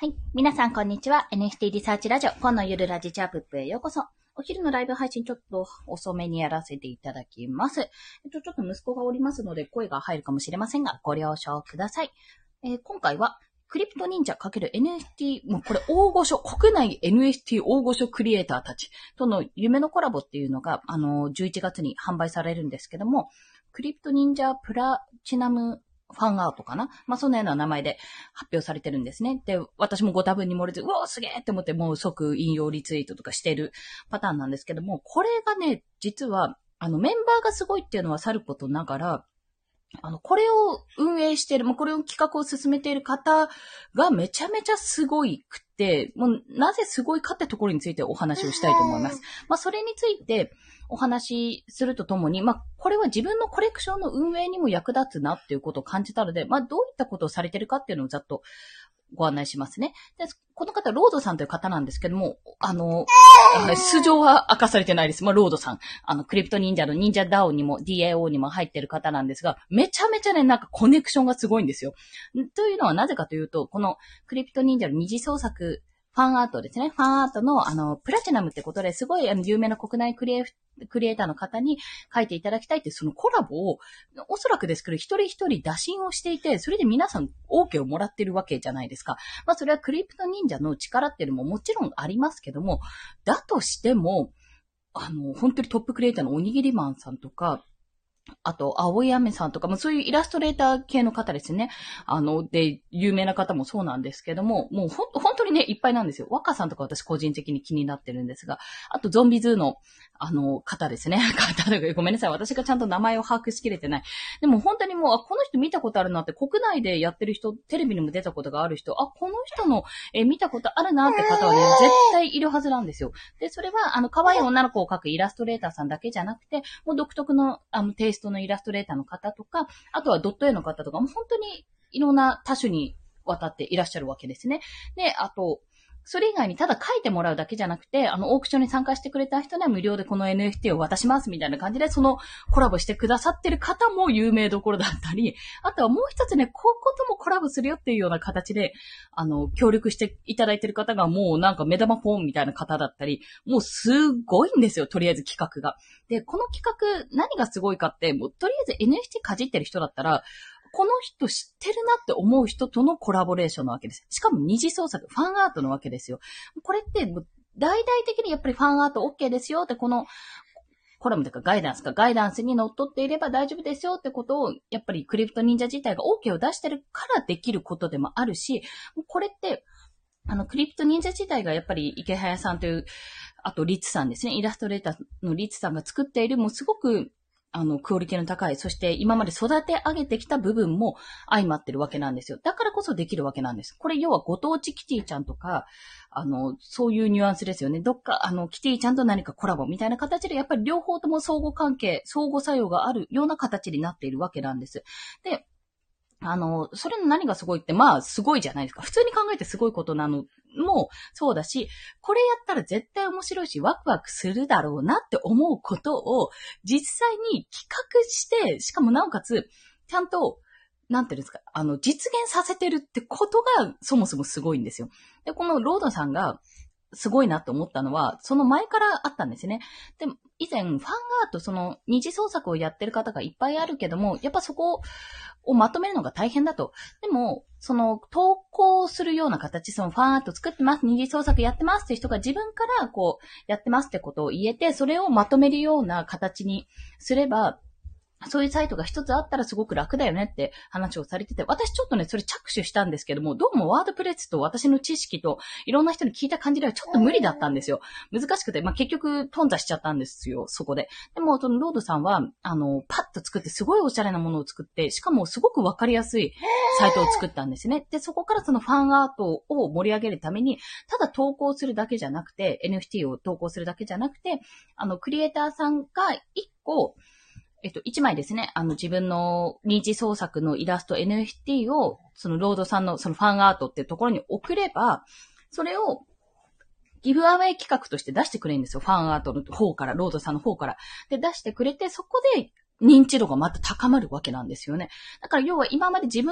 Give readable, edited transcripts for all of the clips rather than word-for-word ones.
はい。皆さん、こんにちは。NFT リサーチラジオ、ポンのゆるラジチャープップへようこそ。お昼のライブ配信ちょっと遅めにやらせていただきます。ちょっと息子がおりますので、声が入るかもしれませんが、ご了承ください。今回は、クリプト忍者×NFT、もうこれ大御所、国内 NFT 大御所クリエイターたちとの夢のコラボっていうのが、11月に販売されるんですけども、クリプト忍者プラチナムファンアートかな、そのような名前で発表されてるんですね。で、私もご多分に漏れず、うわーすげーって思ってもう即引用リツイートとかしてるパターンなんですけども、これがね、実は、メンバーがすごいっていうのはさることながら、これを運営している、これを企画を進めている方がめちゃめちゃすごいくて、もうなぜすごいかってところについてお話をしたいと思います。それについてお話しするとともに、これは自分のコレクションの運営にも役立つなっていうことを感じたので、どういったことをされているかっていうのをざっとご案内しますね。で、この方、ロードさんという方なんですけども、素性は明かされてないです。ロードさん。クリプト忍者の忍者 DAO にも DAO にも入ってる方なんですが、めちゃめちゃね、コネクションがすごいんですよ。というのはなぜかというと、このクリプト忍者の二次創作ファンアートですね。ファンアートの、プラチナムってことですごい有名な国内クリエイターの方に書いていただきたいっていうそのコラボを、おそらくですけど、一人一人打診をしていて、それで皆さん OK をもらってるわけじゃないですか。それはクリプト忍者の力っていうのももちろんありますけども、だとしても、本当にトップクリエイターのおにぎりマンさんとか、あと、青い雨さんとか、そういうイラストレーター系の方ですね。で、有名な方もそうなんですけども、もう本当にね、いっぱいなんですよ。若さんとか私個人的に気になってるんですが、あと、ゾンビズーの、方ですね。ごめんなさい。私がちゃんと名前を把握しきれてない。でも本当にもう、この人見たことあるなって、国内でやってる人、テレビにも出たことがある人、この人の、見たことあるなって方はね、絶対いるはずなんですよ。で、それは、可愛い女の子を描くイラストレーターさんだけじゃなくて、もう独特の、テイストのイラストレーターの方とか、あとはドット絵の方とかも本当にいろんな多種にわたっていらっしゃるわけですね。で、あと、それ以外にただ書いてもらうだけじゃなくて、オークションに参加してくれた人には無料でこの NFT を渡しますみたいな感じで、そのコラボしてくださってる方も有名どころだったり、あとはもう一つね、ここともコラボするよっていうような形で、協力していただいてる方がもう目玉ポンみたいな方だったり、もうすごいんですよ、とりあえず企画が。で、この企画、何がすごいかって、もうとりあえず NFT かじってる人だったら、この人知ってるなって思う人とのコラボレーションなわけです。しかも二次創作、ファンアートなわけですよ。これって大々的にやっぱりファンアート OK ですよって、このコラムというかガイダンスにのっとっていれば大丈夫ですよってことを、やっぱりクリプト忍者自体が OK を出してるからできることでもあるし、これって、クリプト忍者自体がやっぱり池早さんという、あとリツさんですね、イラストレーターのリツさんが作っている、もうすごくクオリティの高い、そして今まで育て上げてきた部分も相まってるわけなんですよ。だからこそできるわけなんです。これ要はご当地キティちゃんとか、そういうニュアンスですよね。どっか、キティちゃんと何かコラボみたいな形で、やっぱり両方とも相互関係、相互作用があるような形になっているわけなんです。で、それの何がすごいって、すごいじゃないですか。普通に考えてすごいことなのもそうだし、これやったら絶対面白いし、ワクワクするだろうなって思うことを、実際に企画して、しかもなおかつ、ちゃんと、なんていうんですか、実現させてるってことが、そもそもすごいんですよ。で、このロードさんが、すごいなと思ったのは、その前からあったんですね。で、以前、ファンアート、その二次創作をやってる方がいっぱいあるけども、やっぱそこをまとめるのが大変だと。でも、その投稿するような形、そのファンアート作ってます、二次創作やってますっていう人が自分からやってますってことを言えて、それをまとめるような形にすれば、そういうサイトが一つあったらすごく楽だよねって話をされてて、私ちょっとね、それ着手したんですけども、どうもワードプレスと私の知識といろんな人に聞いた感じではちょっと無理だったんですよ。難しくて、結局頓挫しちゃったんですよ、そこで。でも、そのロードさんは、パッと作ってすごいおしゃれなものを作って、しかもすごくわかりやすいサイトを作ったんですね。で、そこからそのファンアートを盛り上げるために、ただ投稿するだけじゃなくて、NFT を投稿するだけじゃなくて、クリエイターさんが一個、一枚ですね、自分の二次創作のイラスト NFT を、そのロードさんのそのファンアートっていうところに送れば、それをギブアウェイ企画として出してくれるんですよ。ファンアートの方から、ロードさんの方から。で、出してくれて、そこで認知度がまた高まるわけなんですよね。だから要は今まで自分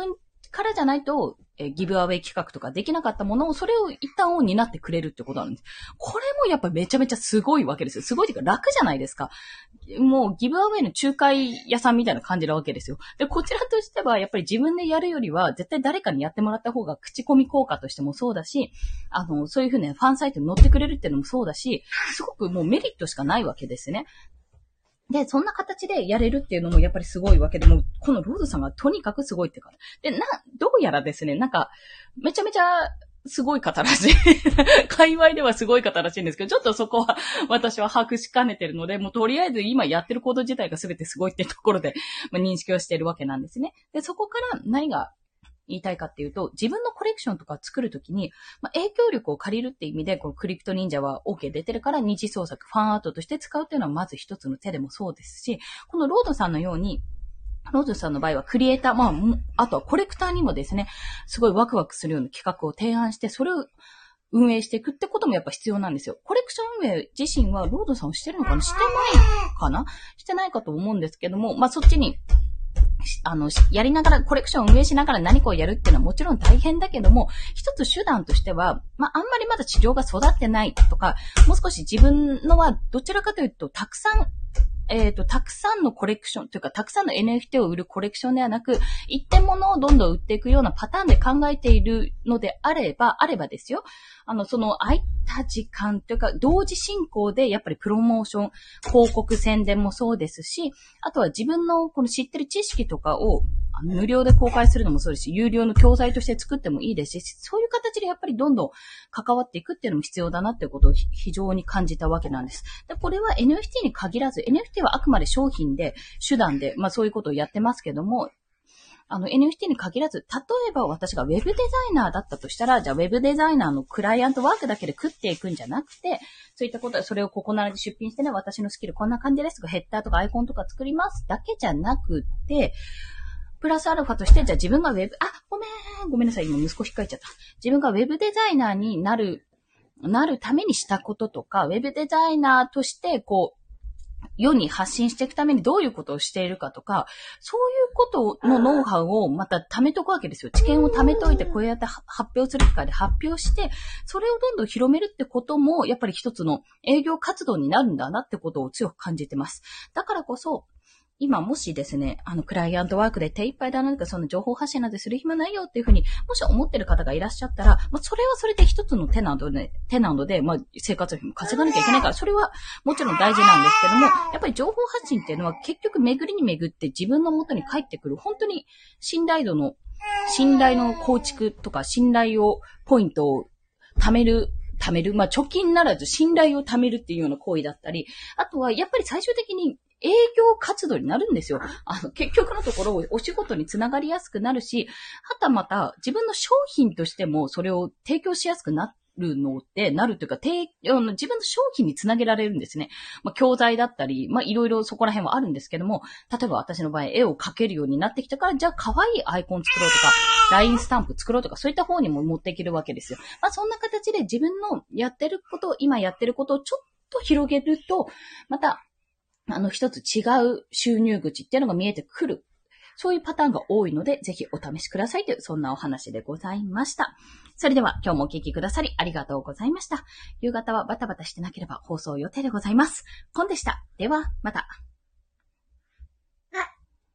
からじゃないと、ギブアウェイ企画とかできなかったものを、それを一旦を担ってくれるってことなんです。これもやっぱめちゃめちゃすごいわけですよ。すごいっていうか楽じゃないですか。もうギブアウェイの仲介屋さんみたいな感じなわけですよ。で、こちらとしてはやっぱり自分でやるよりは絶対誰かにやってもらった方が口コミ効果としてもそうだし、そういうふうにファンサイトに載ってくれるっていうのもそうだし、すごくもうメリットしかないわけですね。で、そんな形でやれるっていうのもやっぱりすごいわけでも、このロードさんがとにかくすごいってか。で、どうやらですね、なんか、めちゃめちゃすごい方らしい。界隈ではすごい方らしいんですけど、ちょっとそこは私は把握しかねてるので、もうとりあえず今やってること自体が全てすごいっていうところで、認識をしているわけなんですね。で、そこから何が言いたいかっていうと、自分のコレクションとか作るときに、影響力を借りるって意味で、このクリプト忍者は OK 出てるから二次創作、ファンアートとして使うっていうのはまず一つの手でもそうですし、このロードさんのように、ロードさんの場合はクリエイター、あとはコレクターにもですね、すごいワクワクするような企画を提案して、それを運営していくってこともやっぱ必要なんですよ。コレクション運営自身はロードさんをしてるのかな？してないかな？してないかと思うんですけども、そっちにやりながら、コレクションを運営しながら何かをやるっていうのはもちろん大変だけども、一つ手段としては、あんまりまだ市場が育ってないとか、もう少し自分のはどちらかというと、たくさんのコレクションというか、たくさんの NFT を売るコレクションではなく、一点物をどんどん売っていくようなパターンで考えているのであればですよ。その空いた時間というか、同時進行でやっぱりプロモーション、広告宣伝もそうですし、あとは自分のこの知ってる知識とかを無料で公開するのもそうですし、有料の教材として作ってもいいですし、そういう形でやっぱりどんどん関わっていくっていうのも必要だなっていうことを非常に感じたわけなんです。で、これは NFT に限らず、NFT はあくまで商品で、手段で、そういうことをやってますけども、NFT に限らず、例えば私がウェブデザイナーだったとしたら、じゃあウェブデザイナーのクライアントワークだけで食っていくんじゃなくて、そういったことは、それをここならで出品してね、私のスキルこんな感じですとか、ヘッダーとかアイコンとか作りますだけじゃなくて、プラスアルファとして、じゃあ自分がごめんなさい、今息子引っかいちゃった。自分がウェブデザイナーになるためにしたこととか、ウェブデザイナーとして、世に発信していくためにどういうことをしているかとか、そういうことのノウハウをまた貯めとくわけですよ。知見を貯めといて、こうやって発表する機会で発表して、それをどんどん広めるってことも、やっぱり一つの営業活動になるんだなってことを強く感じてます。だからこそ、今もしですね、クライアントワークで手一杯だなとか、その情報発信なんてする暇ないよっていうふうに、もし思ってる方がいらっしゃったら、それはそれで一つの手なので、生活費も稼がなきゃいけないから、それはもちろん大事なんですけども、やっぱり情報発信っていうのは結局巡りに巡って自分の元に返ってくる、本当に信頼の構築とか、信頼ポイントを貯める、貯金ならず信頼を貯めるっていうような行為だったり、あとはやっぱり最終的に営業活動になるんですよ。結局のところお仕事につながりやすくなるし、はたまた自分の商品としてもそれを提供しやすくなるというか、自分の商品につなげられるんですね。教材だったり、いろいろそこら辺はあるんですけども、例えば私の場合絵を描けるようになってきたから、じゃあ可愛いアイコン作ろうとか、LINE スタンプ作ろうとか、そういった方にも持っていけるわけですよ。そんな形で自分の今やってることをちょっと広げると、また、一つ違う収入口っていうのが見えてくる。そういうパターンが多いので、ぜひお試しくださいという、そんなお話でございました。それでは今日もお聞きくださりありがとうございました。夕方はバタバタしてなければ放送予定でございます。コンでした。では、また。